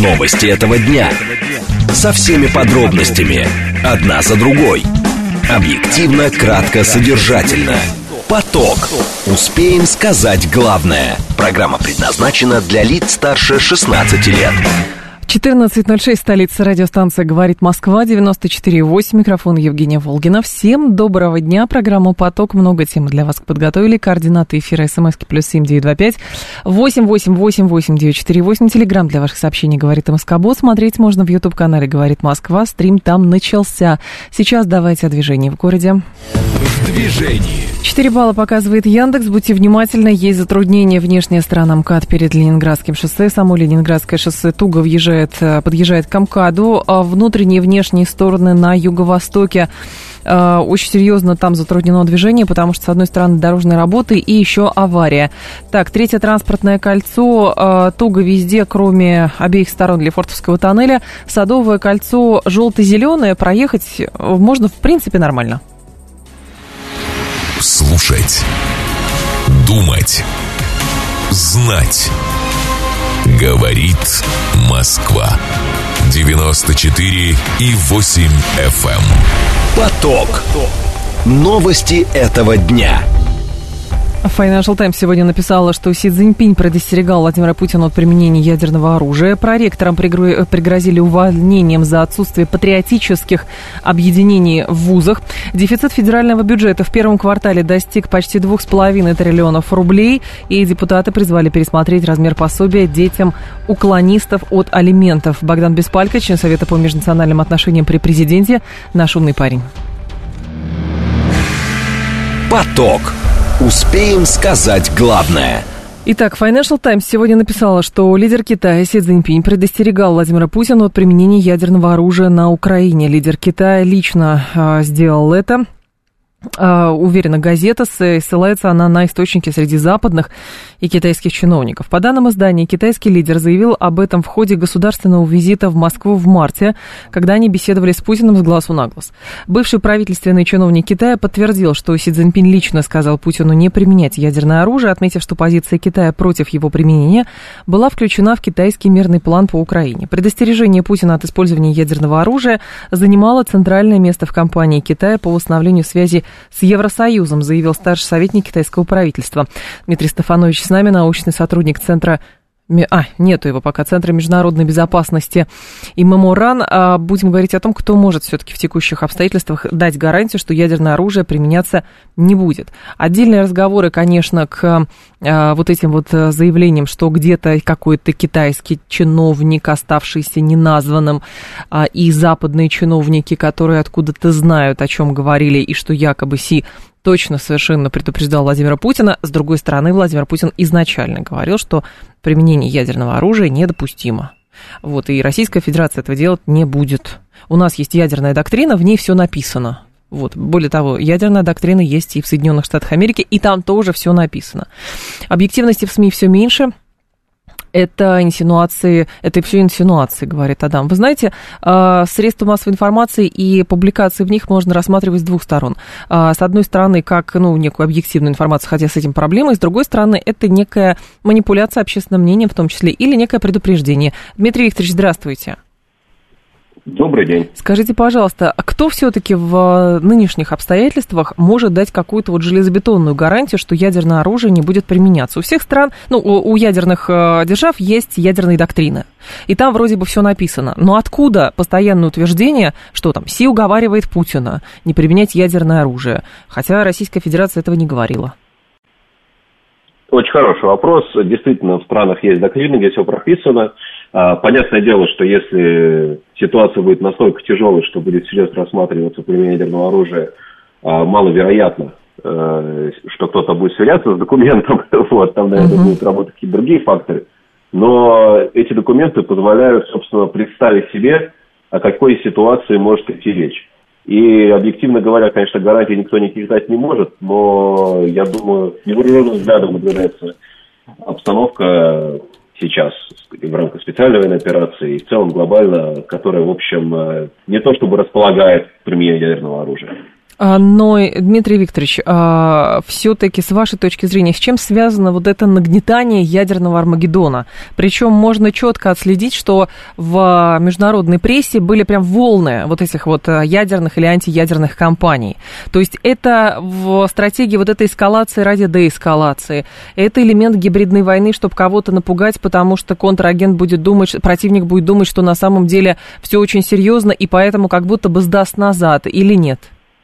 Новости этого дня. Со всеми подробностями. Одна за другой. Объективно, кратко, содержательно. Поток. Успеем сказать главное. Программа предназначена для лиц старше 16 лет. 14:06, столица, радиостанция «Говорит Москва», 94,8, микрофон Евгения Волгина. Всем доброго дня, программа «Поток», много тем для вас подготовили. Координаты эфира, смски +7 925 888 8948, телеграм для ваших сообщений «Говорит МСК-бот». Смотреть можно в YouTube-канале «Говорит Москва», стрим там начался. Сейчас давайте о движении в городе. В движении. 4 балла показывает Яндекс. Будьте внимательны, есть затруднения. Внешняя сторона МКАД перед Ленинградским шоссе. Само Ленинградское шоссе туго подъезжает к МКАДу. А внутренние и внешние стороны на юго-востоке очень серьезно там затруднено движение, потому что, с одной стороны, дорожные работы и еще авария. Так, третье транспортное кольцо туго везде, кроме обеих сторон Лефортовского тоннеля. Садовое кольцо желто-зеленое, проехать можно, в принципе, нормально. Слушать, думать, знать. Говорит Москва. 94,8 FM. Поток. Новости этого дня. Financial Times сегодня написала, что Си Цзиньпинь предостерегал Владимира Путина от применения ядерного оружия. Проректорам пригрозили увольнением за отсутствие патриотических объединений в вузах. Дефицит федерального бюджета в первом квартале достиг почти 2,5 триллионов рублей. И депутаты призвали пересмотреть размер пособия детям уклонистов от алиментов. Богдан Беспалько, член Совета по межнациональным отношениям при президенте, наш умный парень. Поток. Успеем сказать главное. Итак, Financial Times сегодня написала, что лидер Китая Си Цзиньпинь предостерегал Владимира Путина от применения ядерного оружия на Украине. Лидер Китая лично сделал это. Уверена газета, ссылается она на источники среди западных и китайских чиновников. По данным издания, китайский лидер заявил об этом в ходе государственного визита в Москву в марте, когда они беседовали с Путиным с глазу на глаз. Бывший правительственный чиновник Китая подтвердил, что Си Цзиньпинь лично сказал Путину не применять ядерное оружие, отметив, что позиция Китая против его применения была включена в китайский мирный план по Украине. Предостережение Путина от использования ядерного оружия занимало центральное место в кампании Китая по восстановлению связи с Евросоюзом, заявил старший советник китайского правительства. Дмитрий Стефанович с нами, научный сотрудник Центра... нету его пока, Центра международной безопасности и Меморан. Будем говорить о том, кто может все-таки в текущих обстоятельствах дать гарантию, что ядерное оружие применяться не будет. Отдельные разговоры, конечно, к вот этим вот заявлениям, что где-то какой-то китайский чиновник, оставшийся неназванным, и западные чиновники, которые откуда-то знают, о чем говорили, и что якобы Си точно совершенно предупреждал Владимира Путина. С другой стороны, Владимир Путин изначально говорил, что применение ядерного оружия недопустимо. Вот, и Российская Федерация этого делать не будет. У нас есть ядерная доктрина, в ней все написано. Вот. Более того, ядерная доктрина есть и в Соединенных Штатах Америки, и там тоже все написано. Объективности в СМИ все меньше. Это все инсинуации, говорит Адам. Вы знаете, средства массовой информации и публикации в них можно рассматривать с двух сторон. С одной стороны, как некую объективную информацию, хотя с этим проблемы, с другой стороны, это некая манипуляция общественным мнением в том числе, или некое предупреждение. Дмитрий Викторович, здравствуйте. Добрый день. Скажите, пожалуйста, а кто все-таки в нынешних обстоятельствах может дать какую-то вот железобетонную гарантию, что ядерное оружие не будет применяться? У всех стран, у ядерных держав есть ядерные доктрины, и там вроде бы все написано. Но откуда постоянное утверждение, что там Си уговаривает Путина не применять ядерное оружие, хотя Российская Федерация этого не говорила? Очень хороший вопрос. Действительно, в странах есть доктрины, где все прописано. Понятное дело, что если ситуация будет настолько тяжелой, что будет всерьез рассматриваться применение ядерного оружия, маловероятно, что кто-то будет сверяться с документом. Вот, там, наверное, будут работать какие-то другие факторы. Но эти документы позволяют, собственно, представить себе, о какой ситуации может идти речь. И, объективно говоря, конечно, гарантий никто никаких дать не может, но, я думаю, невооруженным взглядом наблюдается обстановка сейчас в рамках специальной военной операции и в целом глобально, которая, в общем, не то чтобы располагает к применению ядерного оружия. Но, Дмитрий Викторович, все-таки с вашей точки зрения, с чем связано вот это нагнетание ядерного Армагеддона? Причем можно четко отследить, что в международной прессе были прям волны вот этих вот ядерных или антиядерных кампаний. То есть это в стратегии вот этой эскалации ради деэскалации. Это элемент гибридной войны, чтобы кого-то напугать, потому что контрагент будет думать, противник будет думать, что на самом деле все очень серьезно, и поэтому как будто бы сдаст назад, или нет?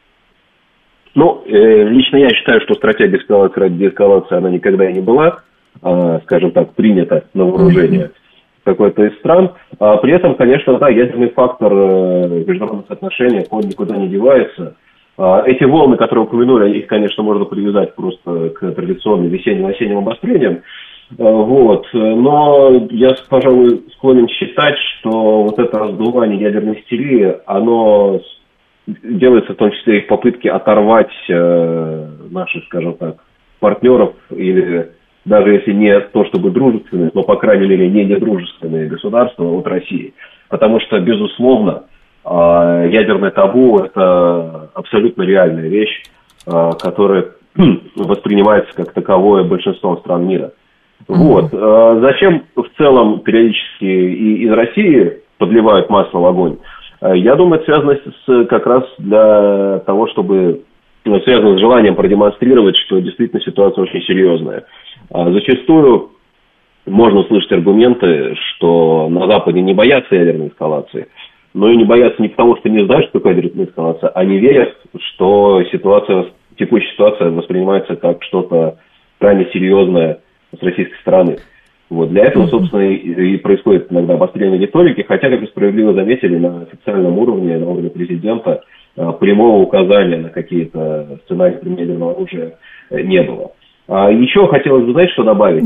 Ну, лично я считаю, что стратегия эскалации ради деэскалации, она никогда и не была, скажем так, принята на вооружение какой-то из стран. При этом, конечно, да, ядерный фактор в международных отношениях, он никуда не девается. Эти волны, которые упомянули, их, конечно, можно привязать просто к традиционным весенним-осенним обострениям. Вот. Но я, пожалуй, склонен считать, что вот это раздувание ядерной истерии, оно делается в том числе и в попытке оторвать наших, скажем так, партнеров, или даже если не то чтобы дружественные, но, по крайней мере, не недружественные государства от России. Потому что, безусловно, ядерное табу – это абсолютно реальная вещь, которая воспринимается как таковое большинством стран мира. Вот. Зачем в целом периодически и из России подливают масло в огонь? Я думаю, это связано как раз для того, чтобы связано с желанием продемонстрировать, что действительно ситуация очень серьезная. Зачастую можно услышать аргументы, что на Западе не боятся ядерной эскалации, но и не боятся не потому, что не знают, что такое ядерная эскалация, а не верят, что текущая ситуация воспринимается как что-то крайне серьезное с российской стороны. Вот. Для этого, собственно, и происходит иногда обострение риторики, хотя, как вы справедливо заметили, на официальном уровне, на уровне президента, прямого указания на какие-то сценарии применения ядерного оружия не было. Еще хотелось бы, знаете, что добавить?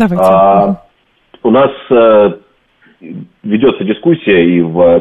У нас ведется дискуссия и в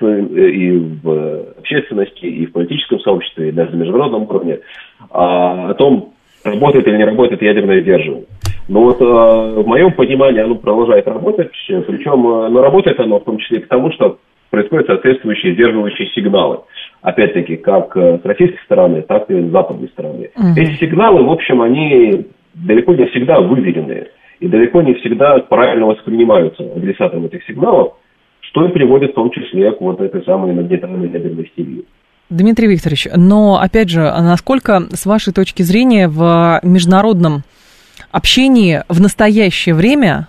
общественности, и в политическом сообществе, и даже на международном уровне о том, работает или не работает ядерное сдерживание. Но вот в моем понимании оно продолжает работать, причем работает оно в том числе к тому, что происходят соответствующие сдерживающие сигналы. Опять-таки, как с российской стороны, так и с западной стороны. Эти сигналы, в общем, они далеко не всегда выверенные и далеко не всегда правильно воспринимаются адресатом этих сигналов, что и приводит в том числе к вот этой самой нагнетаемой ядерной истерии. Дмитрий Викторович, но, опять же, насколько, с вашей точки зрения, в международном общении в настоящее время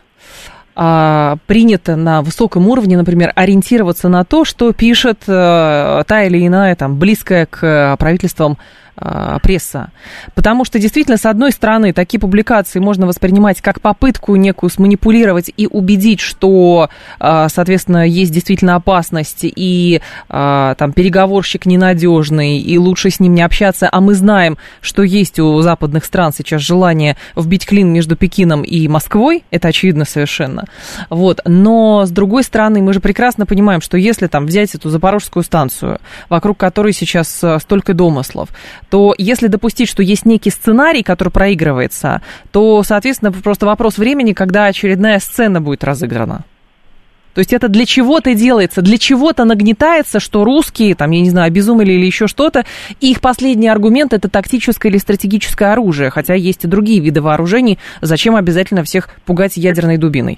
принято на высоком уровне, например, ориентироваться на то, что пишет та или иная там, близкая к правительствам пресса. Потому что, действительно, с одной стороны, такие публикации можно воспринимать как попытку некую сманипулировать и убедить, что, соответственно, есть действительно опасность, и там переговорщик ненадежный, и лучше с ним не общаться, а мы знаем, что есть у западных стран сейчас желание вбить клин между Пекином и Москвой, это очевидно совершенно. Вот. Но, с другой стороны, мы же прекрасно понимаем, что если там взять эту Запорожскую станцию, вокруг которой сейчас столько домыслов, то если допустить, что есть некий сценарий, который проигрывается, то, соответственно, просто вопрос времени, когда очередная сцена будет разыграна. То есть это для чего-то делается, для чего-то нагнетается, что русские, там, я не знаю, обезумели или еще что-то, и их последний аргумент – это тактическое или стратегическое оружие, хотя есть и другие виды вооружений, зачем обязательно всех пугать ядерной дубиной?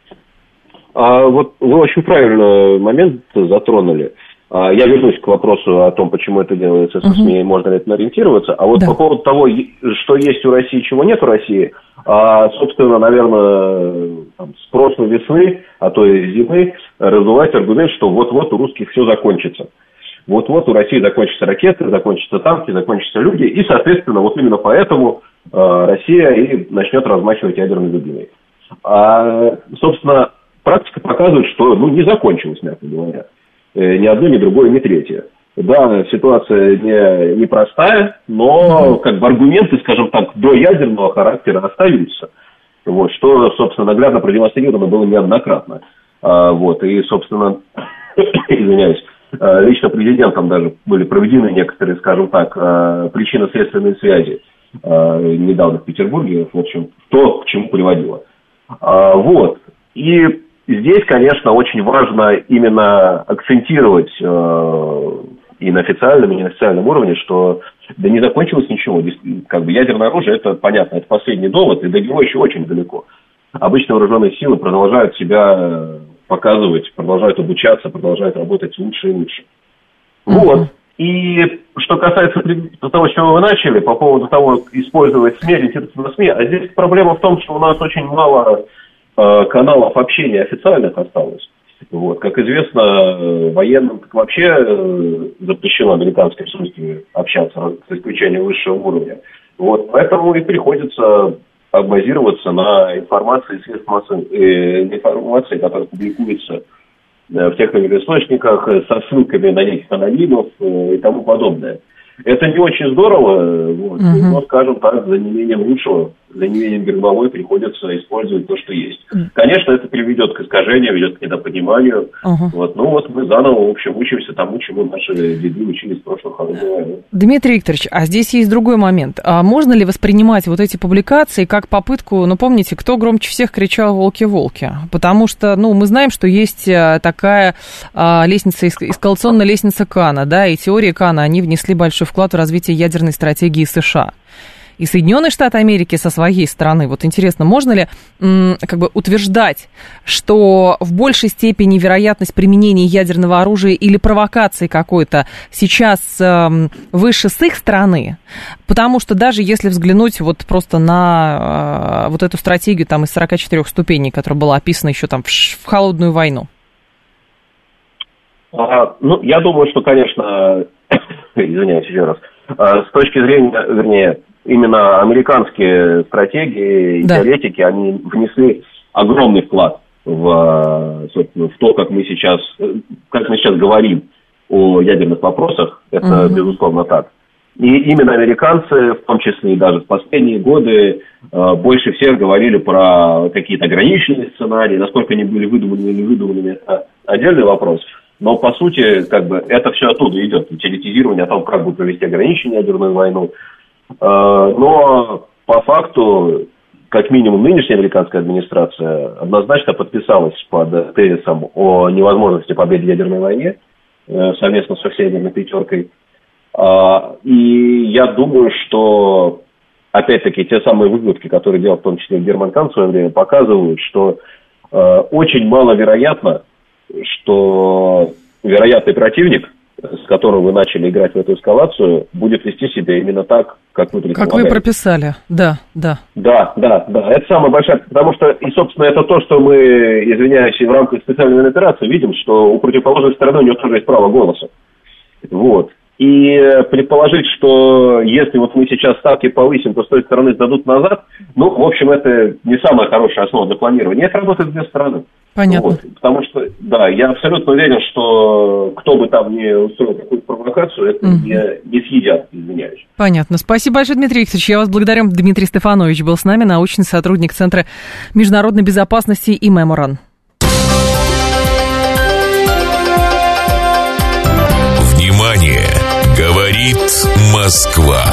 Вот вы очень правильный момент затронули. Я вернусь к вопросу о том, почему это делается со СМИ, можно ли это ориентироваться. А вот по поводу того, что есть у России, чего нет у России, собственно, наверное, с прошлой весны, а то и зимы, раздувается аргумент, что вот-вот у русских все закончится. Вот-вот у России закончатся ракеты, закончатся танки, закончатся люди, и, соответственно, вот именно поэтому Россия и начнет размахивать ядерной дубиной. Собственно, практика показывает, что не закончилось, мягко говоря. Ни одно, ни другое, ни третье. Да, ситуация непростая, но как бы аргументы, скажем так, до ядерного характера остаются. Вот, что, собственно, наглядно продемонстрировано было неоднократно. Вот, и, собственно, извиняюсь, лично президентом даже были проведены некоторые, скажем так, причинно-следственные связи недавно в Петербурге, в общем, то, к чему приводило. Вот, и здесь, конечно, очень важно именно акцентировать и на официальном, и на неофициальном уровне, что Да не закончилось ничего. Как бы ядерное оружие, это понятно, это последний довод, и до него еще очень далеко. Обычно вооруженные силы продолжают себя показывать, продолжают обучаться, продолжают работать лучше и лучше. Вот. И что касается того, с чего вы начали, по поводу того, использовать СМИ, ориентироваться на СМИ, а здесь проблема в том, что у нас очень мало каналов общения официальных осталось. Вот. Как известно, военным как вообще запрещено американской службе общаться, с исключением высшего уровня. Вот. Поэтому и приходится базироваться на информации, средств массовой информации, которая публикуется в тех или иных источниках, со ссылками на неких анонимов и тому подобное. Это не очень здорово, вот, но, скажем так, за неимением лучшего, за неимением гербовой приходится использовать то, что есть. Конечно, это приведет к искажению, ведет к недопониманию. Вот, ну вот мы заново, в общем, учимся тому, чему наши деды учились в прошлых войнах. Дмитрий Викторович, а здесь есть другой момент. А можно ли воспринимать вот эти публикации как попытку, ну, помните, кто громче всех кричал «волки-волки»? Потому что, ну, мы знаем, что есть такая лестница, эскалационная лестница Кана, да, и теории Кана, они внесли большой вклад в развитие ядерной стратегии США. И Соединенные Штаты Америки со своей стороны, вот интересно, можно ли как бы утверждать, что в большей степени вероятность применения ядерного оружия или провокации какой-то сейчас выше с их стороны? Потому что даже если взглянуть вот просто на вот эту стратегию там из 44 ступеней, которая была описана еще там в холодную войну. Ну, я думаю, что, конечно, извиняюсь еще раз, с точки зрения, вернее, именно американские стратегии и теоретики, они внесли огромный вклад собственно, в то, как мы сейчас говорим о ядерных вопросах. Это, безусловно, так. И именно американцы, в том числе и даже в последние годы, больше всех говорили про какие-то ограниченные сценарии. Насколько они были выдуманными или невыдуманными, это отдельный вопрос. Но, по сути, как бы это все оттуда идет. Теоретизирование о том, как будет провести ограниченную ядерную войну. Но, по факту, как минимум, нынешняя американская администрация однозначно подписалась под тезисом о невозможности победы в ядерной войне совместно со всей ядерной пятеркой. И я думаю, что, опять-таки, те самые выкладки, которые делал в том числе Герман Кан в свое время, показывают, что очень маловероятно, что вероятный противник, с которым вы начали играть в эту эскалацию, будет вести себя именно так, как вы предполагаете. Как вы прописали, да. Да, это самое большое, потому что, и, собственно, это то, что мы, извиняюсь, в рамках специальной военной операции видим, что у противоположной стороны у него тоже есть право голоса. Вот. И предположить, что если вот мы сейчас ставки повысим, то с той стороны сдадут назад, ну, в общем, это не самая хорошая основа для планирования. Это работает с две стороны. Понятно. Вот. Потому что, да, я абсолютно уверен, что кто бы там ни устроил какую-то провокацию, это не съедят, извиняюсь. Понятно. Спасибо большое, Дмитрий Викторович. Я вас благодарю. Дмитрий Стефанович был с нами, научный сотрудник Центра международной безопасности и Меморан. Внимание! Говорит Москва.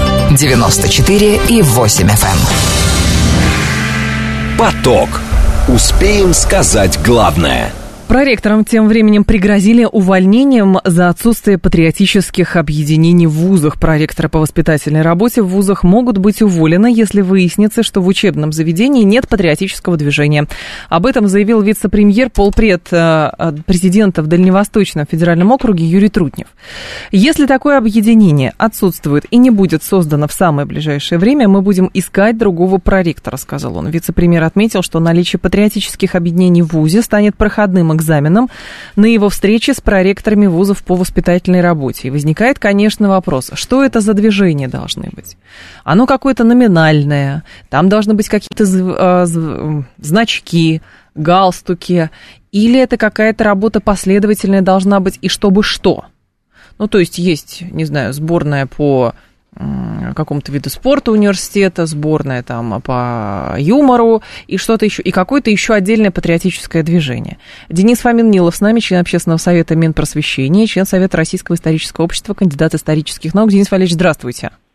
94,8 FM. Поток. Успеем сказать главное. Проректорам тем временем пригрозили увольнением за отсутствие патриотических объединений в вузах. Проректоры по воспитательной работе в вузах могут быть уволены, если выяснится, что в учебном заведении нет патриотического движения. Об этом заявил вице-премьер, полпред президента в Дальневосточном федеральном округе Юрий Трутнев. Если такое объединение отсутствует и не будет создано в самое ближайшее время, мы будем искать другого проректора, сказал он. Вице-премьер отметил, что наличие патриотических объединений в вузе станет проходным экзаменом на его встрече с проректорами вузов по воспитательной работе. И возникает, конечно, вопрос, что это за движения должны быть? Оно какое-то номинальное, там должны быть какие-то значки, галстуки, или это какая-то работа последовательная должна быть, и чтобы что? Ну, то есть, не знаю, сборная по какому-то виду спорта университета, сборная там по юмору и что-то еще, и какое-то еще отдельное патриотическое движение. Денис Фомин-Нилов с нами, член общественного совета Минпросвещения, член Совета Российского исторического общества, кандидат исторических наук. Денис Валерьевич, здравствуйте.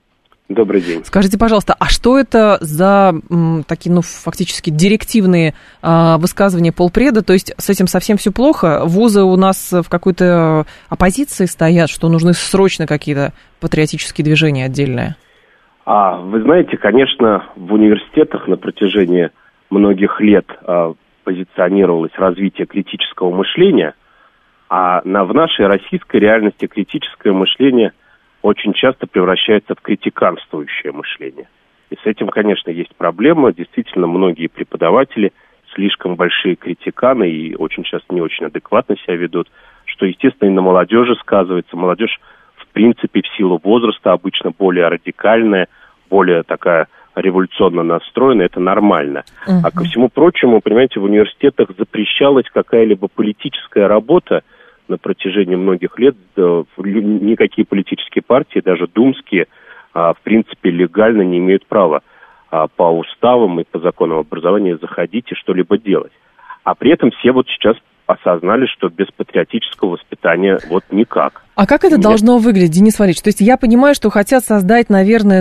Добрый день. Скажите, пожалуйста, а что это за такие, фактически директивные высказывания полпреда? То есть с этим совсем все плохо? Вузы у нас в какой-то оппозиции стоят, что нужны срочно какие-то патриотические движения отдельные? Вы знаете, конечно, в университетах на протяжении многих лет позиционировалось развитие критического мышления, а в нашей российской реальности критическое мышление очень часто превращается в критиканствующее мышление. И с этим, конечно, есть проблема. Действительно, многие преподаватели слишком большие критиканы и очень часто не очень адекватно себя ведут, что, естественно, и на молодежи сказывается. Молодежь, в принципе, в силу возраста обычно более радикальная, более такая революционно настроенная, это нормально. А ко всему прочему, понимаете, в университетах запрещалась какая-либо политическая работа на протяжении многих лет. Никакие политические партии, даже думские, в принципе, легально не имеют права по уставам и по законам образования заходить и что-либо делать. А при этом все вот сейчас осознали, что без патриотического воспитания вот никак. А как это должно выглядеть, Денис Валерьевич? То есть я понимаю, что хотят создать, наверное,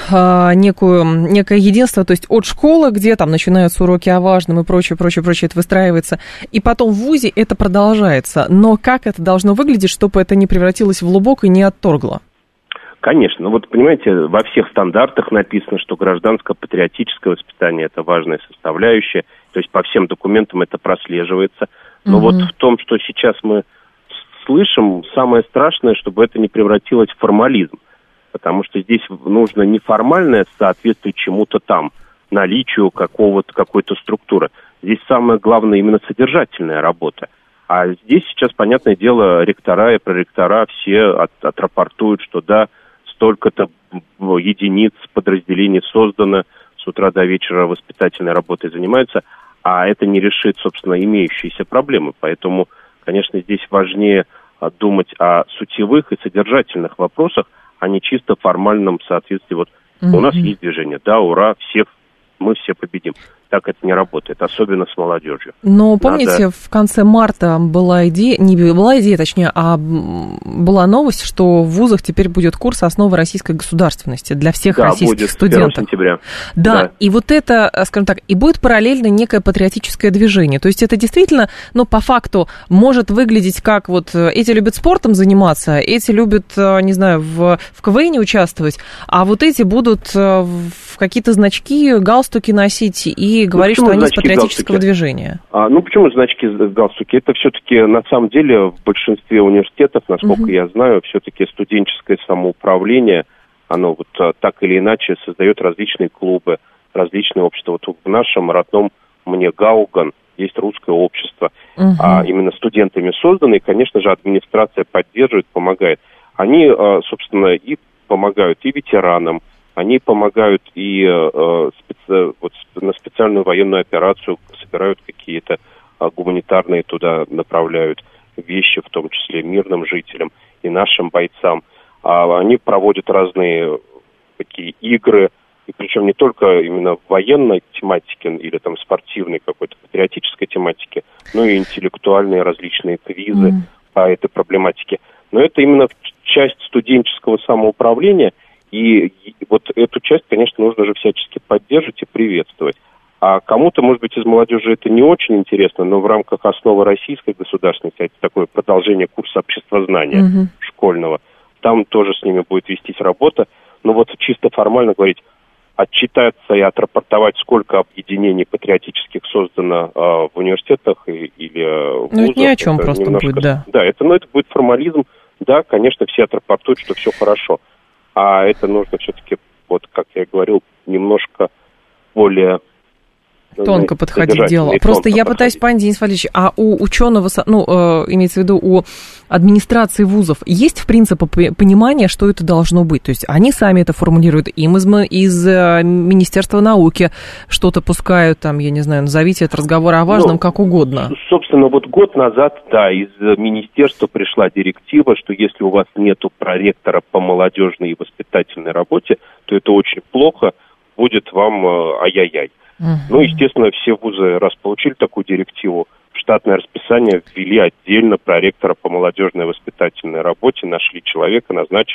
некое единство, то есть от школы, где там начинаются уроки о важном и прочее, это выстраивается, и потом в вузе это продолжается. Но как это должно выглядеть, чтобы это не превратилось в лубок и не отторгло? Конечно. Вот, понимаете, во всех стандартах написано, что гражданско-патриотическое воспитание – это важная составляющая, то есть по всем документам это прослеживается. Но вот в том, что сейчас мы слышим, самое страшное, чтобы это не превратилось в формализм. Потому что здесь нужно неформальное соответствие чему-то там, наличию какой-то структуры. Здесь самое главное именно содержательная работа. А здесь сейчас, понятное дело, ректора и проректора все отрапортуют, что да, столько-то единиц подразделений создано, с утра до вечера воспитательной работой занимаются, а это не решит, собственно, имеющиеся проблемы. Поэтому, конечно, здесь важнее думать о сутевых и содержательных вопросах, а не чисто формальном соответствии. Вот у нас есть движение, да, ура, мы все победим. Так это не работает, особенно с молодежью. Но помните, в конце марта была новость, что в вузах теперь будет курс «Основы российской государственности» для всех российских студентов. Да, будет 1 сентября. Да, и вот это, скажем так, и будет параллельно некое патриотическое движение. То есть это действительно, по факту может выглядеть как вот эти любят спортом заниматься, эти любят, не знаю, в КВН участвовать, а вот эти будут в какие-то значки, галстуки носить и говорить, что они из патриотического движения. Почему значки, галстуки? Это все-таки, на самом деле, в большинстве университетов, насколько я знаю, все-таки студенческое самоуправление, оно вот так или иначе создает различные клубы, различные общества. Вот в нашем родном мне Гауган есть русское общество, именно студентами создано, и, конечно же, администрация поддерживает, помогает. Они, собственно, и помогают и ветеранам, они помогают и на специальную военную операцию собирают какие-то гуманитарные, туда направляют вещи, в том числе мирным жителям и нашим бойцам. Они проводят разные такие игры, и причем не только именно военной тематики или там спортивной какой-то патриотической тематики, но и интеллектуальные различные квизы по этой проблематике. Но это именно часть студенческого самоуправления. И вот эту часть, конечно, нужно же всячески поддерживать и приветствовать. А кому-то, может быть, из молодежи это не очень интересно, но в рамках основы российской государственности, это такое продолжение курса обществознания школьного, там тоже с ними будет вестись работа. Но вот чисто формально говорить, отчитаться и отрапортовать, сколько объединений патриотических создано в университетах или в вузах. Это ни о чем просто немножко, будет, да. Да, это будет формализм. Да, конечно, все отрапортуют, что все хорошо. А это нужно все-таки, вот как я говорил, немножко более тонко подходить к делу. Просто я пытаюсь понять, Денис Валерьевич, а у ученого, имеется в виду у администрации вузов, есть в принципе понимание, что это должно быть? То есть они сами это формулируют, им из Министерства науки что-то пускают, там, я не знаю, назовите это разговор о важном как угодно. Собственно, вот год назад, да, из министерства пришла директива, что если у вас нету проректора по молодежной и воспитательной работе, то это очень плохо, будет вам ай-яй-яй. Естественно, все вузы, раз получили такую директиву, в штатное расписание ввели отдельно проректора по молодежной воспитательной работе, нашли человека, назначили.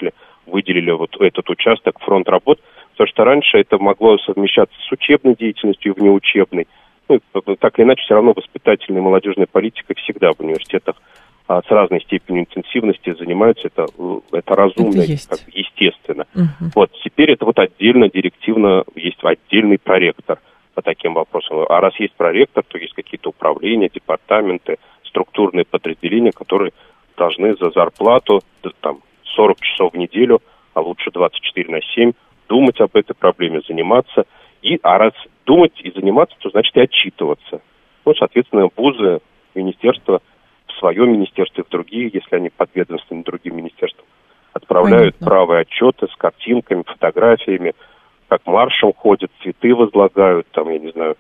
выделили вот этот участок, фронт работ, потому что раньше это могло совмещаться с учебной деятельностью и внеучебной. Ну, так или иначе, все равно воспитательная и молодежная политика всегда в университетах с разной степенью интенсивности занимаются. Это разумно, это естественно. Вот, теперь это вот отдельно директивно, есть отдельный проректор по таким вопросам. А раз есть проректор, то есть какие-то управления, департаменты, структурные подразделения, которые должны за зарплату там, 40 часов в неделю, а лучше 24/7, думать об этой проблеме, заниматься. А раз думать и заниматься, то значит и отчитываться. Ну, соответственно, вузы, министерства, в своем министерстве, в другие, если они подведомственны другим министерствам, отправляют правые отчеты с картинками, фотографиями, как маршем ходят, цветы возлагают, там, я не знаю,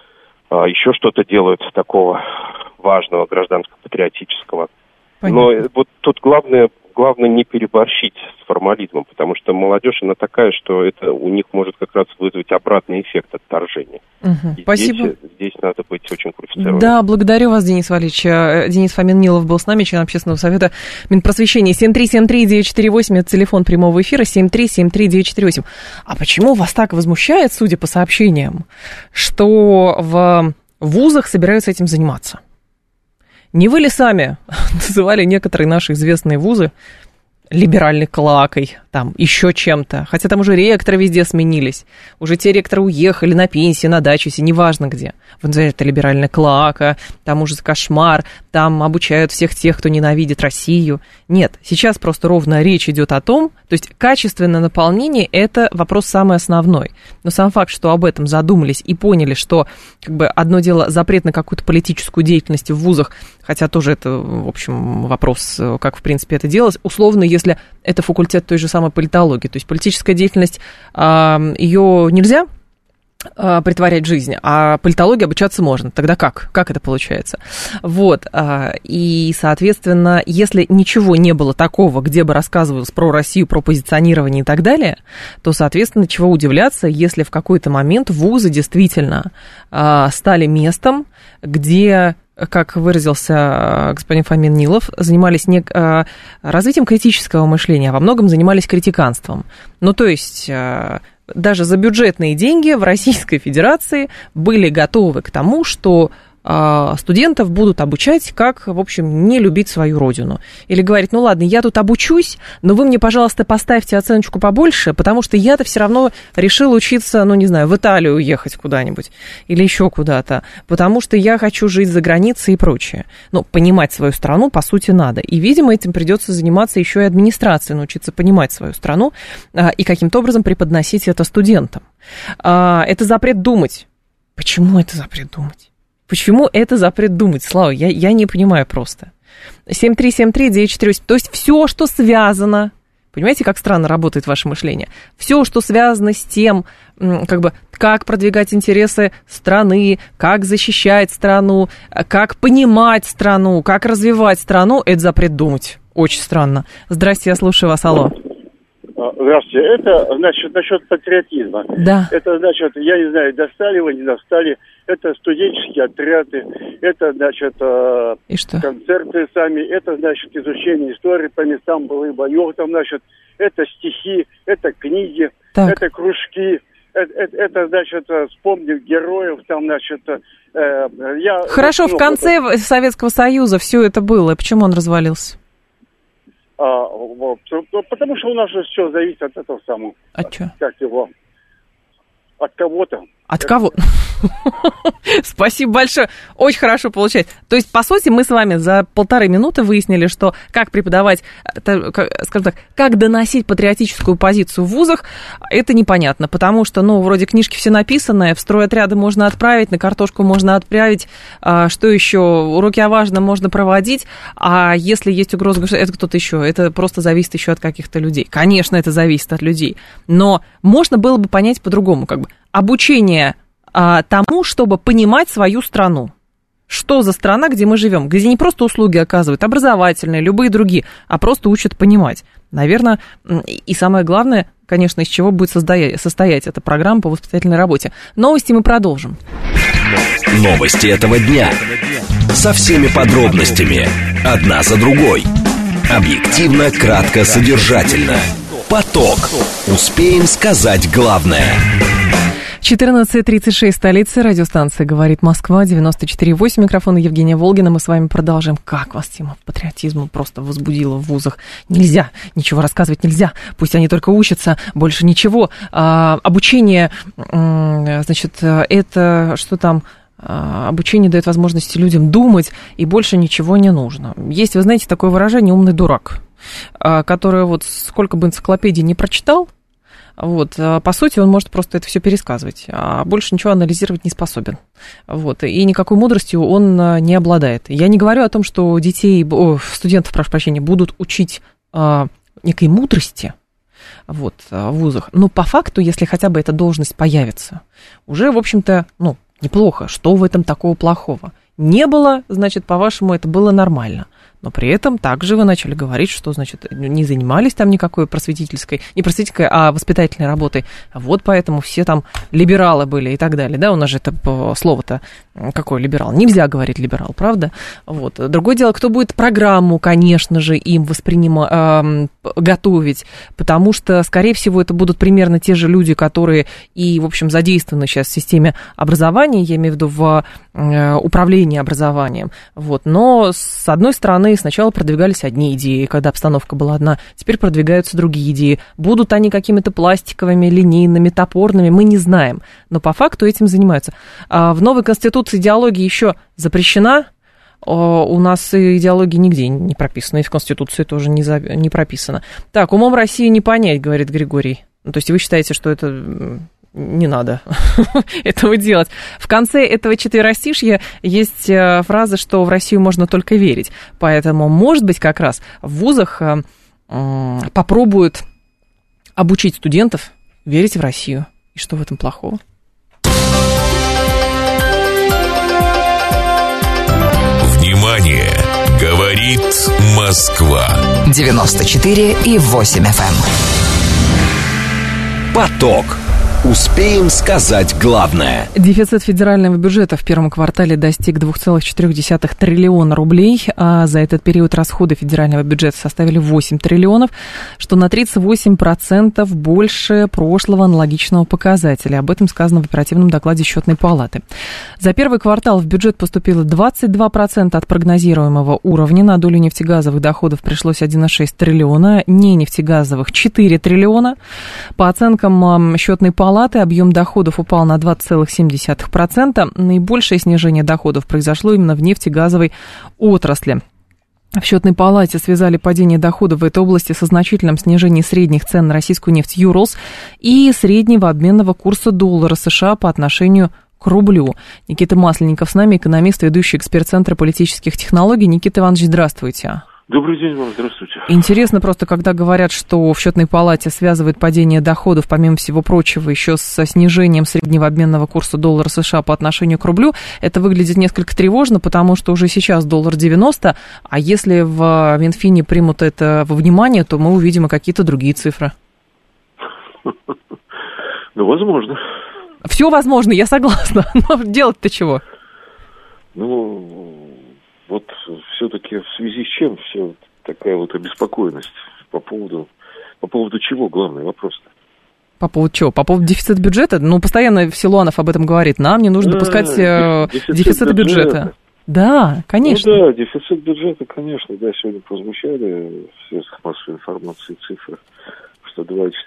еще что-то делают такого важного, гражданско-патриотического. Но вот тут главное не переборщить с формализмом, потому что молодежь, она такая, что это у них может как раз вызвать обратный эффект отторжения. Спасибо. Здесь надо быть очень квалифицированным. Да, благодарю вас, Денис Валерьевич. Денис Фомин-Нилов был с нами, член общественного совета Минпросвещения. 7373948, это телефон прямого эфира, 7373948. А почему вас так возмущает, судя по сообщениям, что в вузах собираются этим заниматься? Не вы ли сами называли некоторые наши известные вузы либеральной клоакой, там, еще чем-то? Хотя там уже ректоры везде сменились. Уже те ректоры уехали на пенсию, на дачу, неважно где. Вы называете, это либеральная клоака, там ужас, кошмар, там обучают всех тех, кто ненавидит Россию. Нет, сейчас просто ровно речь идет о том, то есть качественное наполнение – это вопрос самый основной. Но сам факт, что об этом задумались и поняли, что как бы одно дело запрет на какую-то политическую деятельность в вузах, хотя тоже это, в общем, вопрос, как, в принципе, это делалось, условно, если это факультет той же самой политологии, то есть политическая деятельность, ее нельзя притворять в жизнь, а политологии обучаться можно. Тогда как? Как это получается? Вот. И, соответственно, если ничего не было такого, где бы рассказывалось про Россию, про позиционирование и так далее, то, соответственно, чего удивляться, если в какой-то момент вузы действительно стали местом, где, как выразился господин Фомин-Нилов, занимались не развитием критического мышления, а во многом занимались критиканством. Ну, то есть даже за бюджетные деньги в Российской Федерации были готовы к тому, что студентов будут обучать, как, в общем, не любить свою родину. Или говорить, ну ладно, я тут обучусь, но вы мне, пожалуйста, поставьте оценочку побольше, потому что я-то все равно решил учиться, ну, не знаю, в Италию уехать куда-нибудь или еще куда-то, потому что я хочу жить за границей и прочее. Но понимать свою страну, по сути, надо. И, видимо, этим придется заниматься еще и администрации, научиться понимать свою страну и каким-то образом преподносить это студентам. Это запрет думать. Почему это запрет думать? Почему это запрет думать, Слава? Я не понимаю просто. 7373948. То есть все, что связано, понимаете, как странно работает ваше мышление? Все, что связано с тем, как продвигать интересы страны, как защищать страну, как понимать страну, как развивать страну, это запрет думать. Очень странно. Здрасте, я слушаю вас, алло. Здравствуйте. Это, значит, насчет патриотизма. Да. Это, значит, я не знаю, достали вы, не достали. Это студенческие отряды, это, значит, концерты сами, это, значит, изучение истории по местам былых боев, там, значит, это стихи, это книги, это кружки, это, значит, вспомнив героев, там, значит, Хорошо, в конце Советского Союза все это было, почему он развалился? Потому что у нас же все зависит от этого самого. От чего? Как его? От кого-то. От кого? Спасибо большое. Очень хорошо получается. То есть, по сути, мы с вами за 1,5 минуты выяснили, что как преподавать, скажем так, как доносить патриотическую позицию в вузах, это непонятно, потому что, ну, вроде книжки все написаны, в стройотряды можно отправить, на картошку можно отправить, что еще, уроки о важном можно проводить, а если есть угроза, это кто-то еще, это просто зависит еще от каких-то людей. Конечно, это зависит от людей, но можно было бы понять по-другому, как бы, обучение тому, чтобы понимать свою страну. Что за страна, где мы живем, где не просто услуги оказывают, образовательные, любые другие, а просто учат понимать. Наверное, и самое главное, конечно, из чего будет состоять эта программа по воспитательной работе. Новости мы продолжим. Новости этого дня. Со всеми подробностями. Одна за другой. Объективно, кратко, содержательно. Поток. Успеем сказать главное. 14:36, столица, радиостанция «Говорит Москва», 94,8, микрофон Евгения Волгина. Мы с вами продолжим. Как вас тема патриотизма просто возбудила в вузах? Нельзя, ничего рассказывать нельзя, пусть они только учатся, больше ничего. Обучение, значит, это что там... Обучение дает возможности людям думать, и больше ничего не нужно. Есть, вы знаете, такое выражение «умный дурак», которое вот сколько бы энциклопедий не прочитал, вот, по сути, он может просто это все пересказывать, а больше ничего анализировать не способен. Вот, и никакой мудростью он не обладает. Я не говорю о том, что студентов, прошу прощения, будут учить некой мудрости, вот, в вузах, но по факту, если хотя бы эта должность появится, уже, в общем-то, неплохо. Что в этом такого плохого? Не было, значит, по-вашему, это было нормально. Но при этом также вы начали говорить, что, значит, не занимались там никакой не просветительской, а воспитательной работой. Вот поэтому все там либералы были и так далее. Да, у нас же это слово-то какое либерал? Нельзя говорить либерал, правда? Вот. Другое дело, кто будет программу, конечно же, им готовить, потому что, скорее всего, это будут примерно те же люди, которые и, в общем, задействованы сейчас в системе образования, я имею в виду в управлении образованием. Вот. Но, с одной стороны, сначала продвигались одни идеи, когда обстановка была одна, теперь продвигаются другие идеи. Будут они какими-то пластиковыми, линейными, топорными, мы не знаем. Но по факту этим занимаются. В новой Конституции идеология еще запрещена. У нас идеология нигде не прописана, и в Конституции тоже не прописана. Так, умом Россию не понять, говорит Григорий. То есть вы считаете, что это... Не надо этого делать. В конце этого четверостишья есть фраза, что в Россию можно только верить. Поэтому, может быть, как раз в вузах попробуют обучить студентов верить в Россию. И что в этом плохого? Внимание! Говорит Москва. 94,8 FM. Поток. Успеем сказать главное. Дефицит федерального бюджета в первом квартале достиг 2,4 триллиона рублей, а за этот период расходы федерального бюджета составили 8 триллионов, что на 38% больше прошлого аналогичного показателя. Об этом сказано в оперативном докладе Счетной палаты. За первый квартал в бюджет поступило 22% от прогнозируемого уровня. На долю нефтегазовых доходов пришлось 1,6 триллиона, не нефтегазовых 4 триллиона. По оценкам Счетной палаты, объем доходов упал на 20,7%. Наибольшее снижение доходов произошло именно в нефтегазовой отрасли. В Счетной палате связали падение доходов в этой области со значительным снижением средних цен на российскую нефть Юрлс и среднего обменного курса доллара США по отношению к рублю. Никита Масленников с нами, экономист, ведущий эксперт Центра политических технологий. Никита Иванович, здравствуйте. Добрый день вам, здравствуйте. Интересно просто, когда говорят, что в Счетной палате связывают падение доходов, помимо всего прочего, еще со снижением среднего обменного курса доллара США по отношению к рублю, это выглядит несколько тревожно, потому что уже сейчас доллар 90, а если в Минфине примут это во внимание, то мы увидим и какие-то другие цифры. Ну, возможно. Все возможно, я согласна, но делать-то чего? Вот все-таки в связи с чем все такая вот обеспокоенность по поводу чего главный вопрос-то? По поводу чего? По поводу дефицита бюджета? Постоянно Силуанов об этом говорит. Нам не нужно допускать дефицита бюджета. Да, конечно. Да, дефицит бюджета, конечно. Да, сегодня прозвучали в средствах массовой информации цифры, что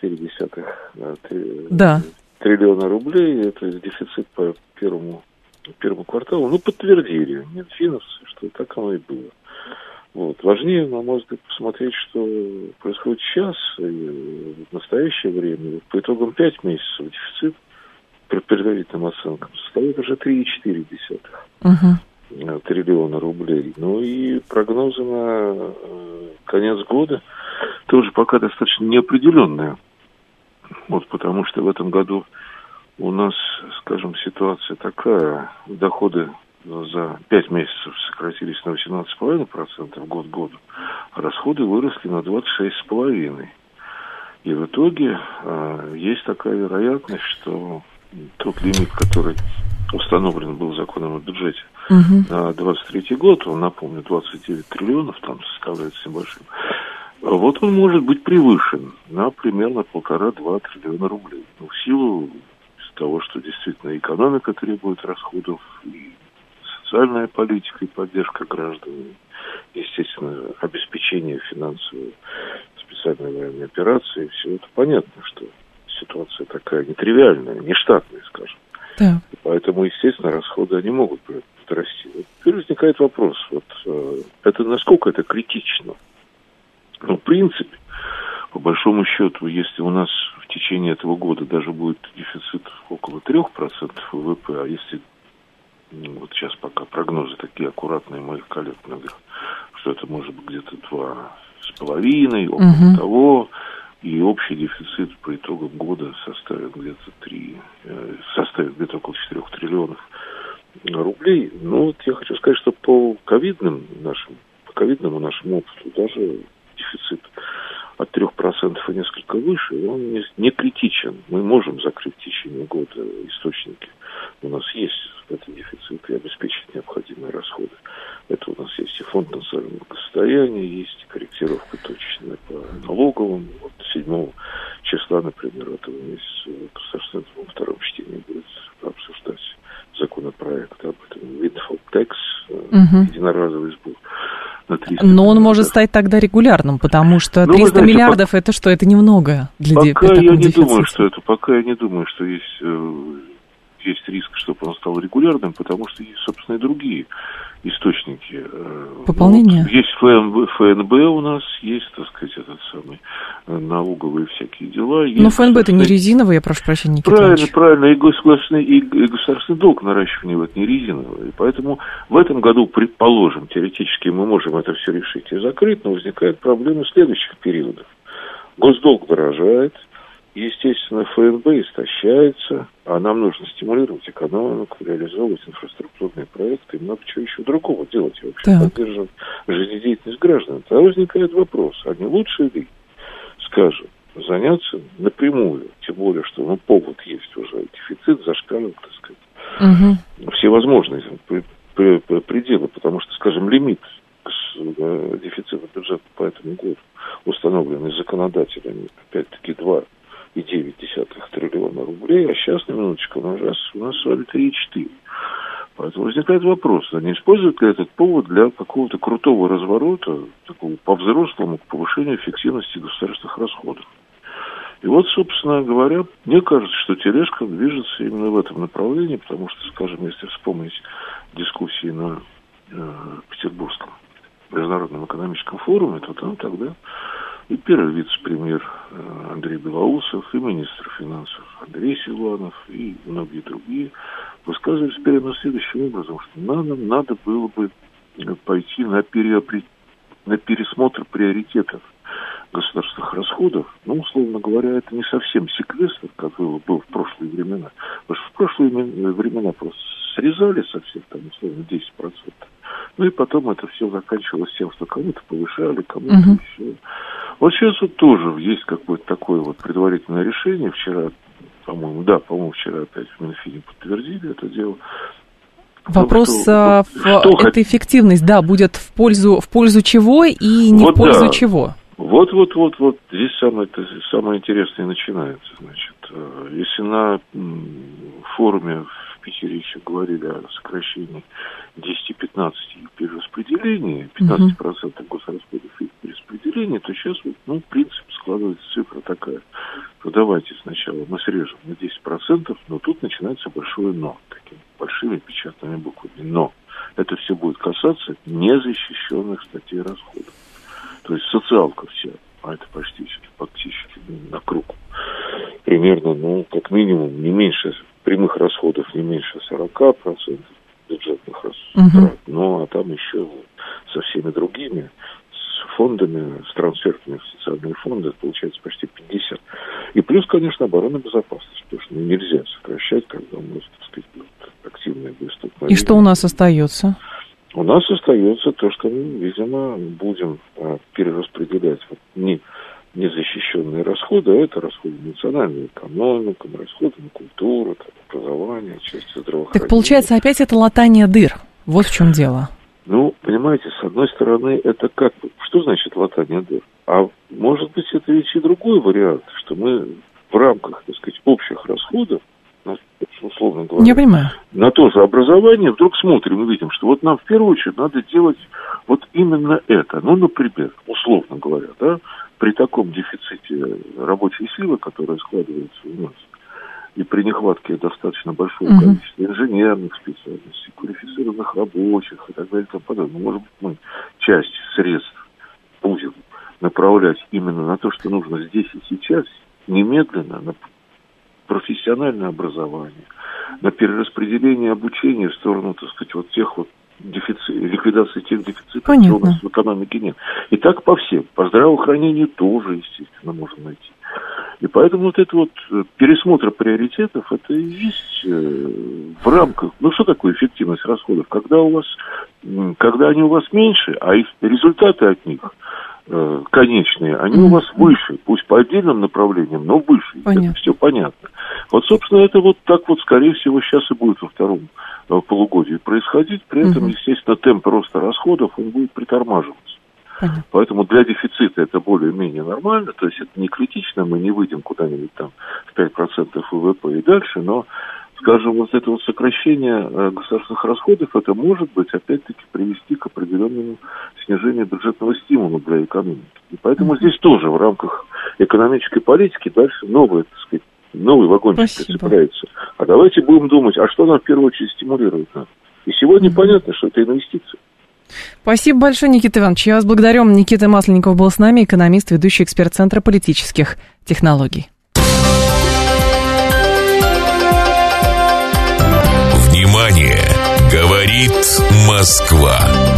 2,4 триллиона рублей. Это дефицит по первому кварталу, подтвердили Минфиновцы, что так оно и было. Вот. Важнее, на мой взгляд, посмотреть, что происходит сейчас, и в настоящее время. По итогам 5 месяцев дефицит по предварительным оценкам составит уже 3,4 триллиона рублей. И прогнозы на конец года тоже пока достаточно неопределенные. Потому что в этом году у нас, скажем, ситуация такая. Доходы за 5 месяцев сократились на 18,5% год к году, а расходы выросли на 26,5%. И в итоге есть такая вероятность, что тот лимит, который установлен был законом о бюджете на 2023 год, он, напомню, 29 триллионов там составляет с небольшим, Вот он может быть превышен на примерно 1,5-2 триллиона рублей. Ну, в силу того, что действительно экономика требует расходов, и социальная политика, и поддержка граждан, и, естественно, обеспечение финансовой специальной военной операции. Все это понятно, что ситуация такая нетривиальная, нештатная, скажем. Да. И поэтому, естественно, расходы они могут расти. Вот теперь возникает вопрос, это насколько это критично? Ну, в принципе, по большому счету, если у нас в течение этого года даже будет дефицит около 3% ВВП, а если вот сейчас пока прогнозы такие аккуратные моих коллег многих, что это может быть где-то 2,5, около того, и общий дефицит по итогам года составит где-то около 4 триллионов рублей. Ну, вот я хочу сказать, что по ковидному нашему опыту даже дефицит от 3% и несколько выше, он не критичен. Мы можем закрыть в течение года источники. У нас есть этот дефицит и обеспечить необходимые расходы. Это у нас есть и фонд национального благосостояния, есть и корректировка точечная по налоговым. Вот 7 числа, например, этого месяца Государственная Дума во втором чтении будет обсуждать законопроект об этом windfall tax, единоразовый сбор. Но он может стать тогда регулярным, потому что 300 миллиардов это что? Это немного для такого дефицита. Пока я не думаю, что есть риск, чтобы он стал регулярным, потому что есть, собственно, и другие источники. Пополнения? Есть ФНБ у нас, есть, так сказать, этот самый налоговые всякие дела. Но ФНБ это не резиновый, я прошу прощения, Никита Иванович. Правильно, и государственный долг наращивания вот не резиновый. И поэтому в этом году, предположим, теоретически мы можем это все решить и закрыть, но возникает проблема следующих периодов. Госдолг дорожает, естественно, ФНБ истощается, а нам нужно стимулировать экономику, реализовывать инфраструктурные проекты и много чего еще другого делать, и вообще поддерживать жизнедеятельность граждан. Тогда возникает вопрос, а не лучше ли, скажем, заняться напрямую, тем более, что повод есть уже, дефицит зашкаливает, так сказать, всевозможные пределы, потому что, скажем, лимит дефицита бюджета по этому году, установленный законодателями, опять-таки, 2,9 триллиона рублей, а сейчас, на минуточку, у нас с вами 3,4. Поэтому возникает вопрос, а не использует ли этот повод для какого-то крутого разворота, такого по-взрослому, к повышению эффективности государственных расходов. И вот, собственно говоря, мне кажется, что тележка движется именно в этом направлении, потому что, скажем, если вспомнить дискуссии на Петербургском международном экономическом форуме, то там тогда и первый вице-премьер Андрей Белоусов, и министр финансов Андрей Силуанов, и многие другие высказывались примерно следующим образом, что надо было бы пойти на пересмотр приоритетов государственных расходов. Ну, условно говоря, это не совсем секвестр, как был в прошлые времена. Потому что в прошлые времена просто срезали со всех, там, условно, 10%. Ну и потом это все заканчивалось тем, что кому-то повышали, кому-то еще. Вот сейчас вот тоже есть какое-то такое вот предварительное решение. Вчера, по-моему, вчера опять в Минфине подтвердили это дело. Вопрос, эта эффективность, будет в пользу чего и не в пользу чего? Вот. Здесь самое интересное начинается. Значит, если на форуме в Питере еще говорили о сокращении 10-15 перераспределений, 15% госрасходов и перераспределения, то сейчас, в принципе, складывается цифра такая, что давайте сначала мы срежем на 10%, но тут начинается большое «но», такими большими печатными буквами. Но это все будет касаться незащищенных статей расходов. То есть социалка вся, а это фактически на круг. Примерно, как минимум, не меньше прямых расходов, не меньше 40% бюджетных расходов. А там еще со всеми другими, с фондами, с трансфертами в социальные фонды, это получается почти 50%. И плюс, конечно, оборона и безопасность, потому что нельзя сокращать, когда у нас, так сказать, активное выступление. И что у нас остается? У нас остается то, что мы, видимо, будем перераспределять незащищенные расходы, а это расходы на национальную экономику, расходы на культуру, образование, часть здравоохранения. Так получается, опять это латание дыр. Вот в чем дело. Понимаете, с одной стороны, это Что значит латание дыр? А может быть, это ведь и другой вариант, что мы в рамках, так сказать, общих расходов, условно говоря, я понимаю, на то же образование вдруг смотрим и видим, что вот нам в первую очередь надо делать вот именно это. Ну, например, условно говоря, да, при таком дефиците рабочей силы, которая складывается у нас, и при нехватке достаточно большого количества инженерных специальностей, квалифицированных рабочих и так далее и тому подобное, может быть, мы часть средств будем направлять именно на то, что нужно здесь и сейчас, немедленно, на профессиональное образование, на перераспределение обучения в сторону, так сказать, вот тех вот ликвидации тех дефицитов, что у нас в экономике нет. И так по всем. По здравоохранению тоже, естественно, можно найти. И поэтому вот это вот пересмотр приоритетов, это и есть в рамках... Ну, что такое эффективность расходов? Когда они у вас меньше, а их результаты от них конечные, они у вас выше, пусть по отдельным направлениям, но выше. Понятно. Это все понятно. Вот, собственно, это вот так вот, скорее всего, сейчас и будет во втором полугодии происходить. При этом, естественно, темп роста расходов, он будет притормаживаться. Понятно. Поэтому для дефицита это более-менее нормально, то есть это не критично, мы не выйдем куда-нибудь там в 5% ВВП и дальше, но, скажем, вот это вот сокращение государственных расходов, это может быть, опять-таки, привести к определенному снижению бюджетного стимула для экономики. И поэтому здесь тоже в рамках экономической политики дальше новый вагончик прицепляется. А давайте будем думать, а что нам в первую очередь стимулировать надо? И сегодня понятно, что это инвестиции. Спасибо большое, Никита Иванович. Я вас благодарю. Никита Масленников был с нами, экономист, ведущий эксперт Центра политических технологий. Внимание! Говорит Москва.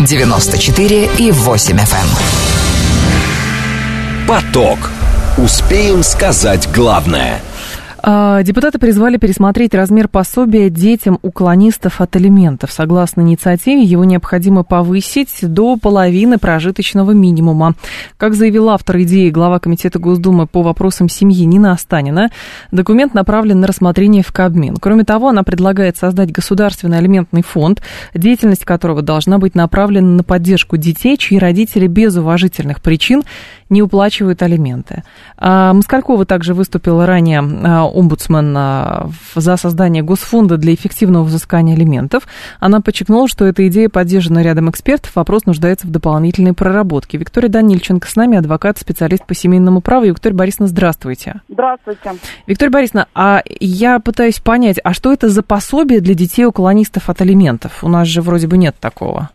94,8 FM. Поток. Успеем сказать главное. Депутаты призвали пересмотреть размер пособия детям уклонистов от алиментов. Согласно инициативе, его необходимо повысить до половины прожиточного минимума. Как заявил автор идеи, глава Комитета Госдумы по вопросам семьи Нина Останина, документ направлен на рассмотрение в Кабмин. Кроме того, она предлагает создать государственный алиментный фонд, деятельность которого должна быть направлена на поддержку детей, чьи родители без уважительных причин не уплачивают алименты. Москалькова также выступила ранее омбудсмен за создание госфонда для эффективного взыскания алиментов. Она подчеркнула, что эта идея поддержана рядом экспертов, вопрос нуждается в дополнительной проработке. Виктория Данильченко с нами, адвокат, специалист по семейному праву. Виктория Борисовна, здравствуйте. Здравствуйте. Виктория Борисовна, а я пытаюсь понять, а что это за пособие для детей уклонистов от алиментов? У нас же вроде бы нет такого.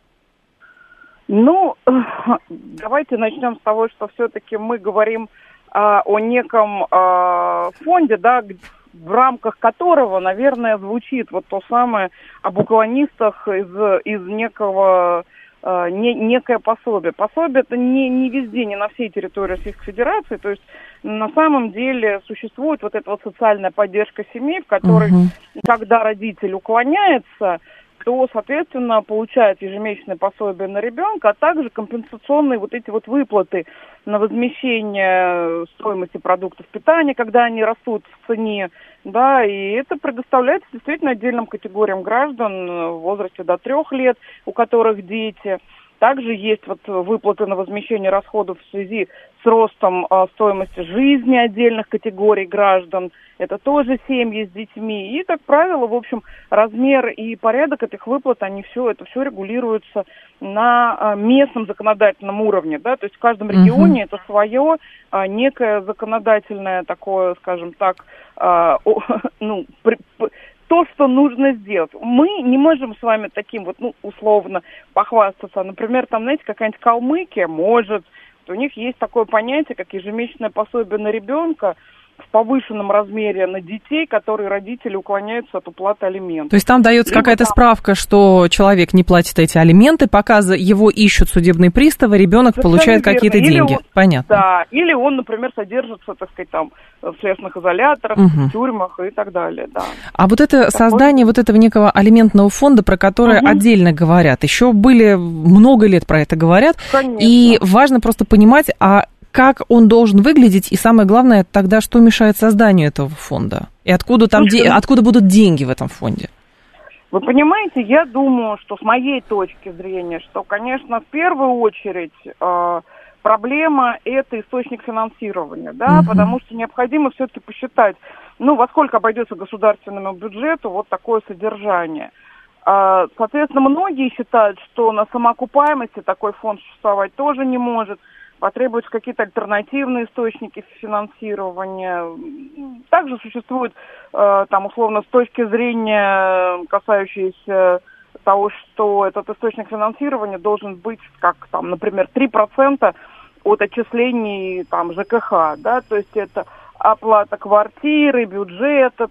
Ну, давайте начнем с того, что все-таки мы говорим о неком фонде, да, в рамках которого, наверное, звучит вот то самое об уклонистах из некого некое пособие. Пособие это не везде, не на всей территории Российской Федерации, то есть на самом деле существует вот эта вот социальная поддержка семей, в которой, когда родитель уклоняется, то, соответственно, получает ежемесячное пособие на ребенка, а также компенсационные вот эти вот выплаты на возмещение стоимости продуктов питания, когда они растут в цене, да, и это предоставляется действительно отдельным категориям граждан в возрасте до 3 лет, у которых дети. Также есть вот выплаты на возмещение расходов в связи с ростом стоимости жизни отдельных категорий граждан. Это тоже семьи с детьми. И, как правило, в общем, размер и порядок этих выплат, это все регулируется на местном законодательном уровне. Да? То есть в каждом регионе это свое некое законодательное такое, скажем так, то, что нужно сделать. Мы не можем с вами таким вот, условно похвастаться. Например, там, знаете, какая-нибудь Калмыкия может. У них есть такое понятие, как ежемесячное пособие на ребенка в повышенном размере на детей, которые родители уклоняются от уплаты алиментов. То есть там дается какая-то справка, что человек не платит эти алименты, пока его ищут судебные приставы, ребенок получает какие-то деньги. Понятно. Да, или он, например, содержится, так сказать, там в следственных изоляторах, в тюрьмах и так далее, да. А вот это создание вот этого некого алиментного фонда, про которое отдельно говорят, еще много лет про это говорят, конечно. И важно просто понимать, как он должен выглядеть, и самое главное, тогда что мешает созданию этого фонда? И откуда будут деньги в этом фонде? Вы понимаете, я думаю, что с моей точки зрения, что, конечно, в первую очередь проблема – это источник финансирования, да, потому что необходимо все-таки посчитать, во сколько обойдется государственному бюджету вот такое содержание. Соответственно, многие считают, что на самоокупаемости такой фонд существовать тоже не может, потребуются какие-то альтернативные источники финансирования. Также существует, условно, с точки зрения, касающейся того, что этот источник финансирования должен быть, например, 3% от отчислений, ЖКХ, да, то есть это оплата квартиры, бюджета,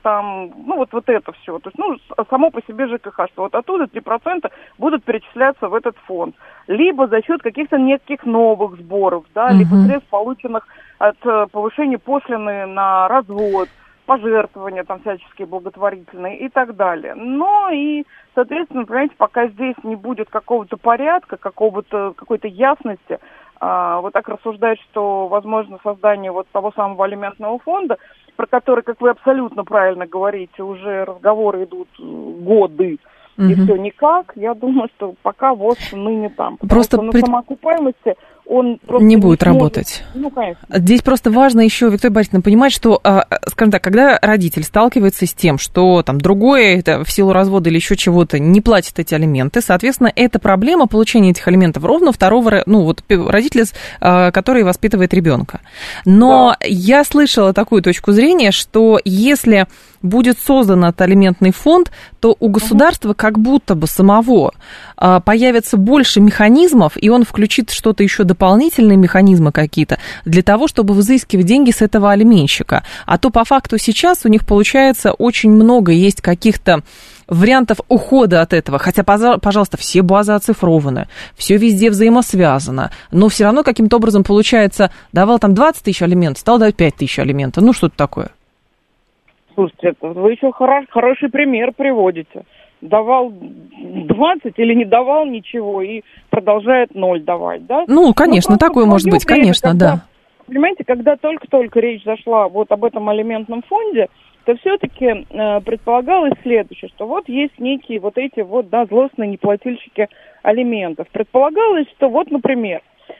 вот это все. То есть, само по себе ЖКХ, что вот оттуда 3% будут перечисляться в этот фонд. Либо за счет каких-то неких новых сборов, да, либо средств, полученных от повышения пошлины на развод, пожертвования всяческие благотворительные и так далее. Но и, соответственно, понимаете, пока здесь не будет какого-то порядка, какой-то ясности, вот так рассуждать, что возможно создание вот того самого алиментного фонда, про который, как вы абсолютно правильно говорите, уже разговоры идут годы, и все никак, я думаю, что пока ВОЗ ныне там. Просто на самоокупаемости он просто не будет работать. Конечно. Здесь просто важно еще, Виктория Борисовна, понимать, что, скажем так, когда родитель сталкивается с тем, что другое, это в силу развода или еще чего-то, не платит эти алименты, соответственно, эта проблема получения этих алиментов ровно второго, родителя, который воспитывает ребенка. Но я слышала такую точку зрения, что если будет создан этот алиментный фонд, то у государства как будто бы самого появится больше механизмов, и он включит что-то еще дополнительные механизмы какие-то для того, чтобы взыскивать деньги с этого алименщика. А то по факту сейчас у них получается очень много есть каких-то вариантов ухода от этого. Хотя, пожалуйста, все базы оцифрованы, все везде взаимосвязано, но все равно каким-то образом получается, давал 20 тысяч алиментов, стал давать 5 тысяч алиментов. Что-то такое. Слушайте, вы еще хороший пример приводите. Давал 20 или не давал ничего и продолжает 0 давать, да? Конечно, такое может быть, конечно, да. Понимаете, когда только-только речь зашла вот об этом алиментном фонде, то все-таки предполагалось следующее, что вот есть некие вот эти злостные неплательщики алиментов. Предполагалось, что например,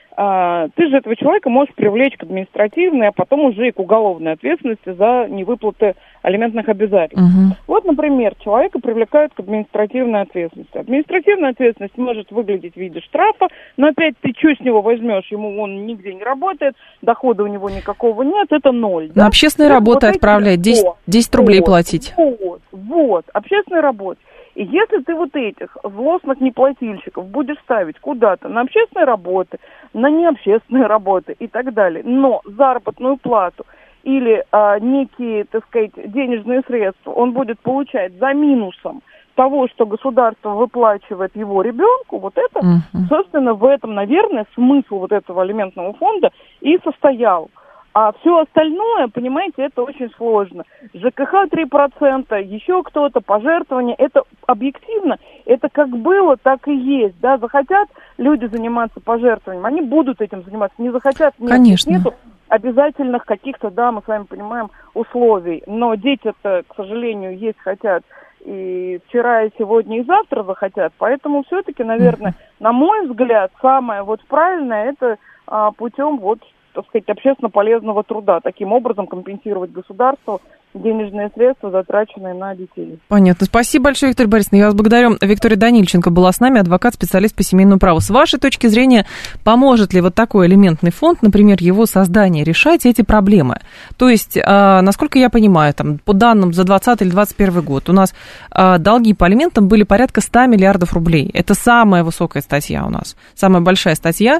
ты же этого человека можешь привлечь к административной, а потом уже и к уголовной ответственности за невыплаты алиментных обязательств. Например, человека привлекают к административной ответственности. Административная ответственность может выглядеть в виде штрафа, но опять ты что с него возьмешь? Он нигде не работает, дохода у него никакого нет, это 0. На общественные работы отправлять, 10 рублей платить. Общественные работы. И если ты этих злостных неплательщиков будешь ставить куда-то на общественные работы, на необщественные работы и так далее, но заработную плату или некие, денежные средства он будет получать за минусом того, что государство выплачивает его ребенку, собственно, в этом, наверное, смысл этого алиментного фонда и состоял. А все остальное, понимаете, это очень сложно. ЖКХ 3%, еще кто-то, пожертвования, это объективно, это как было, так и есть, да, захотят люди заниматься пожертвованием, они будут этим заниматься, не захотят, нет, конечно. Нету обязательных каких-то, да, мы с вами понимаем, условий, но дети-то, к сожалению, есть хотят, и вчера, и сегодня, и завтра захотят, поэтому все-таки, наверное, на мой взгляд, самое правильное, это путем общественно полезного труда. Таким образом компенсировать государству денежные средства, затраченные на детей. Понятно. Спасибо большое, Виктория Борисовна. Я вас благодарю. Виктория Данильченко была с нами, адвокат, специалист по семейному праву. С вашей точки зрения, поможет ли такой алиментный фонд, например, его создание, решать эти проблемы? То есть, насколько я понимаю, по данным за 2020 или 2021 год, у нас долги по алиментам были порядка 100 миллиардов рублей. Это самая высокая статья у нас, самая большая статья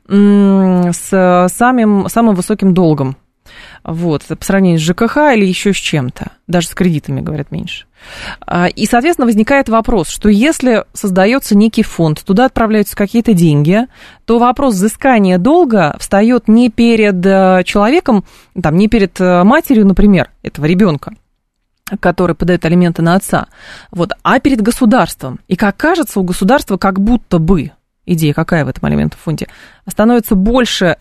с самым высоким долгом. По сравнению с ЖКХ или еще с чем-то. Даже с кредитами, говорят, меньше. И, соответственно, возникает вопрос, что если создается некий фонд, туда отправляются какие-то деньги, то вопрос взыскания долга встает не перед человеком, не перед матерью, например, этого ребенка, который подает алименты на отца, а перед государством. И, как кажется, у государства как будто бы, идея какая в этом алиментном фонде, становится больше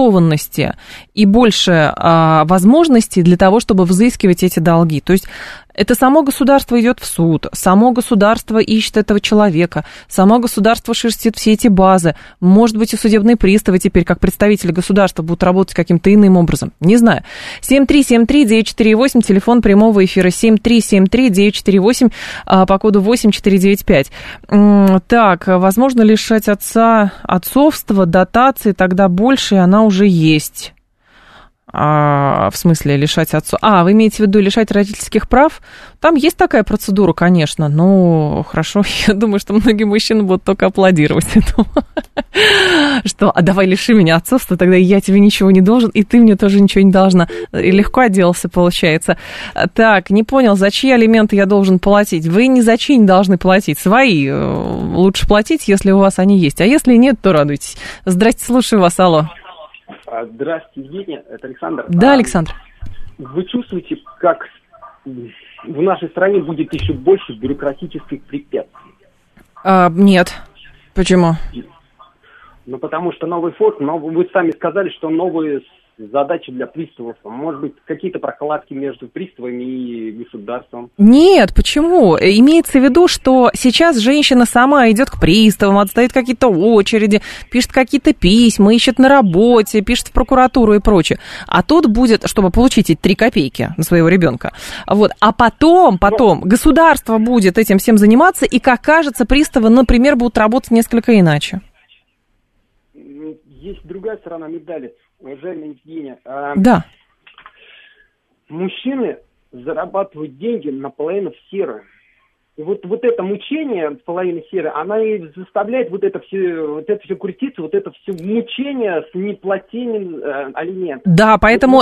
заинтересованности и больше возможностей для того, чтобы взыскивать эти долги. То есть Это само государство идет в суд, само государство ищет этого человека, само государство шерстит все эти базы. Может быть, и судебные приставы теперь, как представители государства, будут работать каким-то иным образом. Не знаю. 7373948, телефон прямого эфира 7373948, по коду 8495. Так, возможно лишать отца отцовства, дотации, тогда больше, и она уже есть. В смысле, лишать отцу... вы имеете в виду лишать родительских прав? Там есть такая процедура, конечно, но хорошо, я думаю, что многие мужчины будут только аплодировать этому. Что, давай лиши меня отцовства, тогда я тебе ничего не должен, и ты мне тоже ничего не должна. И легко отделался, получается. Так, не понял, за чьи алименты я должен платить? Вы ни за чьи не должны платить. Свои лучше платить, если у вас они есть. А если нет, то радуйтесь. Здрасте, слушаю вас, алло. Здравствуйте, Евгения, это Александр. Да, Александр. Вы чувствуете, как в нашей стране будет еще больше бюрократических препятствий? Нет. Почему? Потому что новый фонд, вы сами сказали, что новые задачи для приставов. Может быть, какие-то прокладки между приставами и государством? Нет, почему? Имеется в виду, что сейчас женщина сама идет к приставам, отстоит какие-то очереди, пишет какие-то письма, ищет на работе, пишет в прокуратуру и прочее. А тут будет, чтобы получить эти 3 копейки на своего ребенка. Вот. А потом государство будет этим всем заниматься, и, как кажется, приставы, например, будут работать несколько иначе. Есть другая сторона медали. Уважаемая Евгения, да. Мужчины зарабатывают деньги наполовину в серую. И вот это мучение половины серой, она и заставляет вот это все крутиться, вот это все мучение с неплатением алиментов. Да, поэтому...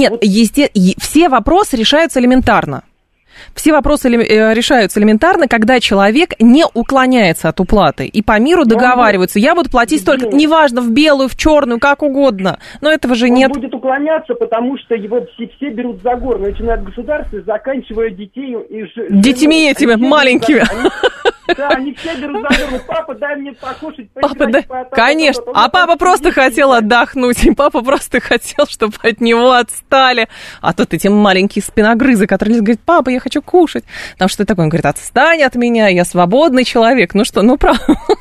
все вопросы решаются элементарно. Все вопросы решаются элементарно, когда человек не уклоняется от уплаты. И по миру договариваются. Я буду платить столько, неважно, в белую, в черную, как угодно. Но этого же нет. Он будет уклоняться, потому что его все берут за горло. Начиная от государства, заканчивая детей и детьми этими маленькими. Они все берут за горло. Папа, дай мне покушать, поиграть. Конечно. А папа просто хотел отдохнуть. И папа просто хотел, чтобы от него отстали. А тут эти маленькие спиногрызы, которые говорят: папа, я хочу кушать. Потому что такой, он говорит: отстань от меня, я свободный человек. Ну что, правда.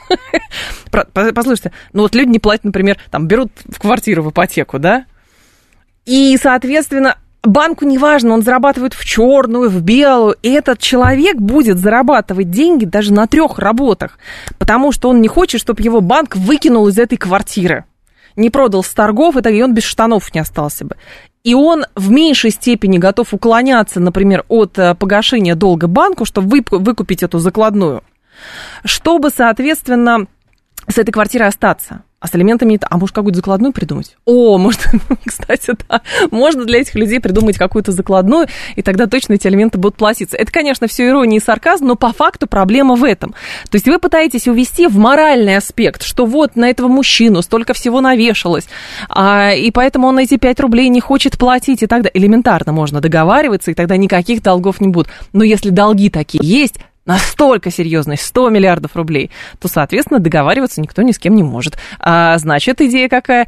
Послушайте, люди не платят, например, берут в квартиру в ипотеку, да? И, соответственно, банку неважно, он зарабатывает в черную, в белую. И этот человек будет зарабатывать деньги даже на 3 работах, потому что он не хочет, чтобы его банк выкинул из этой квартиры. Не продал с торгов, и он без штанов не остался бы. И он в меньшей степени готов уклоняться, например, от погашения долга банку, чтобы выкупить эту закладную, чтобы, соответственно, с этой квартирой остаться. А с алиментами... А может, какую-то закладную придумать? Кстати, да. Можно для этих людей придумать какую-то закладную, и тогда точно эти алименты будут платиться. Это, конечно, все ирония и сарказм, но по факту проблема в этом. То есть вы пытаетесь увести в моральный аспект, что вот на этого мужчину столько всего навешалось, и поэтому он эти 5 рублей не хочет платить, и тогда элементарно можно договариваться, и тогда никаких долгов не будет. Но если долги такие есть, настолько серьезный, 100 миллиардов рублей, то, соответственно, договариваться никто ни с кем не может. Значит, идея какая?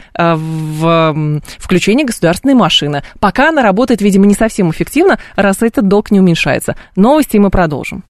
В включении государственной машины. Пока она работает, видимо, не совсем эффективно, раз этот долг не уменьшается. Новости, и мы продолжим.